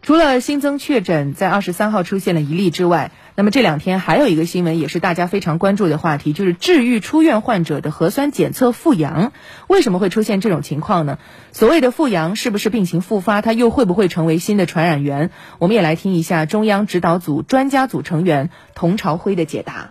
除了新增确诊在23号出现了1例之外，那么这2天还有一个新闻也是大家非常关注的话题，就是治愈出院患者的核酸检测复阳。为什么会出现这种情况呢？所谓的复阳是不是病情复发，它又会不会成为新的传染源？我们也来听一下中央指导组专家组成员童朝辉的解答。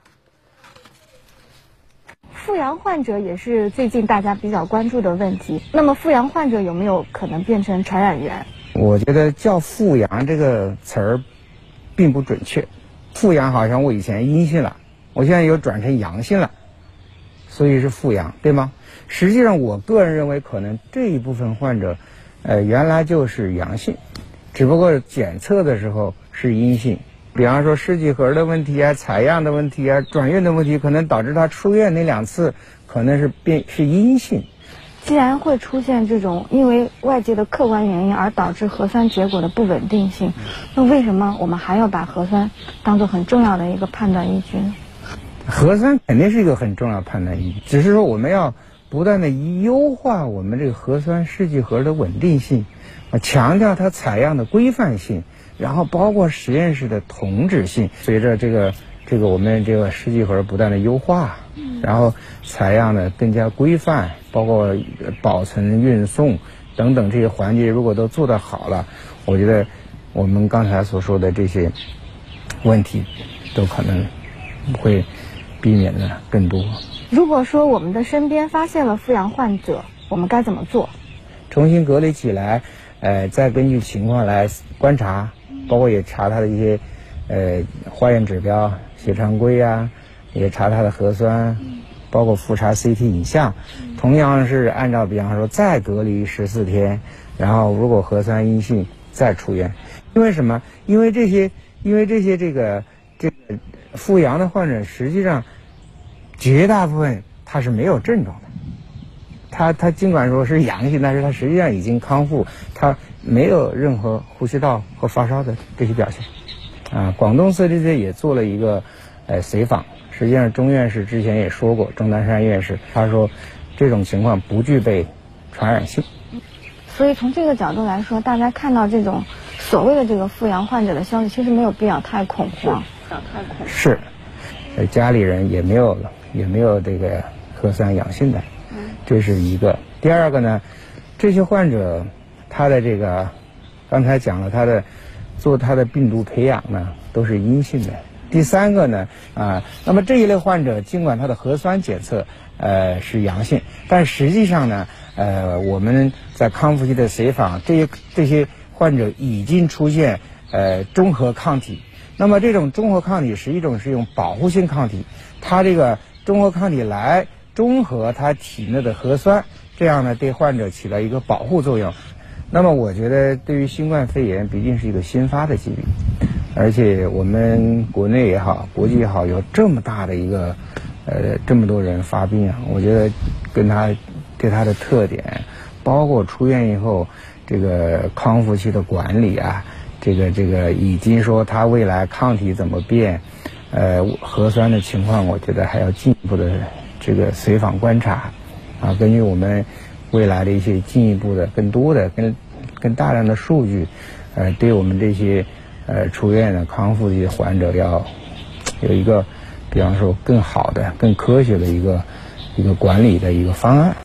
复阳患者也是最近大家比较关注的问题，那么复阳患者有没有可能变成传染源？ 我觉得叫复阳这个词儿并不准确。复阳好像我以前阴性了，我现在又转成阳性了，所以是复阳，对吗？实际上我个人认为可能这一部分患者原来就是阳性，只不过检测的时候是阴性。比方说试剂盒的问题啊、采样的问题啊、转院的问题，可能导致他出院那2次可能是阴性。 既然会出现这种因为外界的客观原因而导致核酸结果的不稳定性，那为什么我们还要把核酸当作很重要的一个判断依据呢？ 核酸肯定是一个很重要的判断依据，只是说我们要不断的优化我们这个核酸试剂盒的稳定性，强调它采样的规范性，然后包括实验室的同质性。随着这个我们这个试剂盒不断的优化，然后采样的更加规范，包括保存、运送等等这些环节如果都做得好了，我觉得我们刚才所说的这些问题都可能会避免的更多。 如果说我们的身边发现了复阳患者，我们该怎么做？ 重新隔离起来，再根据情况来观察，包括也查他的一些化验指标，血常规啊，也查他的核酸，包括复查 CT 影像，同样是按照比方说再隔离14天，然后如果核酸阴性再出院。因为什么？因为这些这个复阳的患者，实际上绝大部分他是没有症状的。他尽管说是阳性，但是他实际上已经康复，他没有任何呼吸道和发烧的这些表现。广东 CDC 也做了一个随访，实际上钟院士之前也说过，钟南山院士他说这种情况不具备传染性。 所以从这个角度来说，大家看到这种所谓的这个复阳患者的消息，其实没有必要太恐慌。 是，家里人也没有这个核酸阳性的，这是一个。第二个呢，这些患者他的这个刚才讲了，他的病毒培养呢都是阴性的。第三个呢那么这一类患者尽管他的核酸检测是阳性，但实际上呢我们在康复期的随访，这些患者已经出现中和抗体。那么这种中和抗体是一种是用保护性抗体，它这个中和抗体来中和他体内的核酸，这样呢对患者起到一个保护作用。那么我觉得对于新冠肺炎毕竟是一个新发的疾病，而且我们国内也好国际也好有这么大的一个这么多人发病我觉得对它的特点，包括出院以后这个康复期的管理这个以及说它未来抗体怎么变核酸的情况，我觉得还要进一步的这个随访观察根据我们未来的一些进一步的更多的更大量的数据对我们这些出院的康复的患者要有一个比方说更好的更科学的一个管理的一个方案。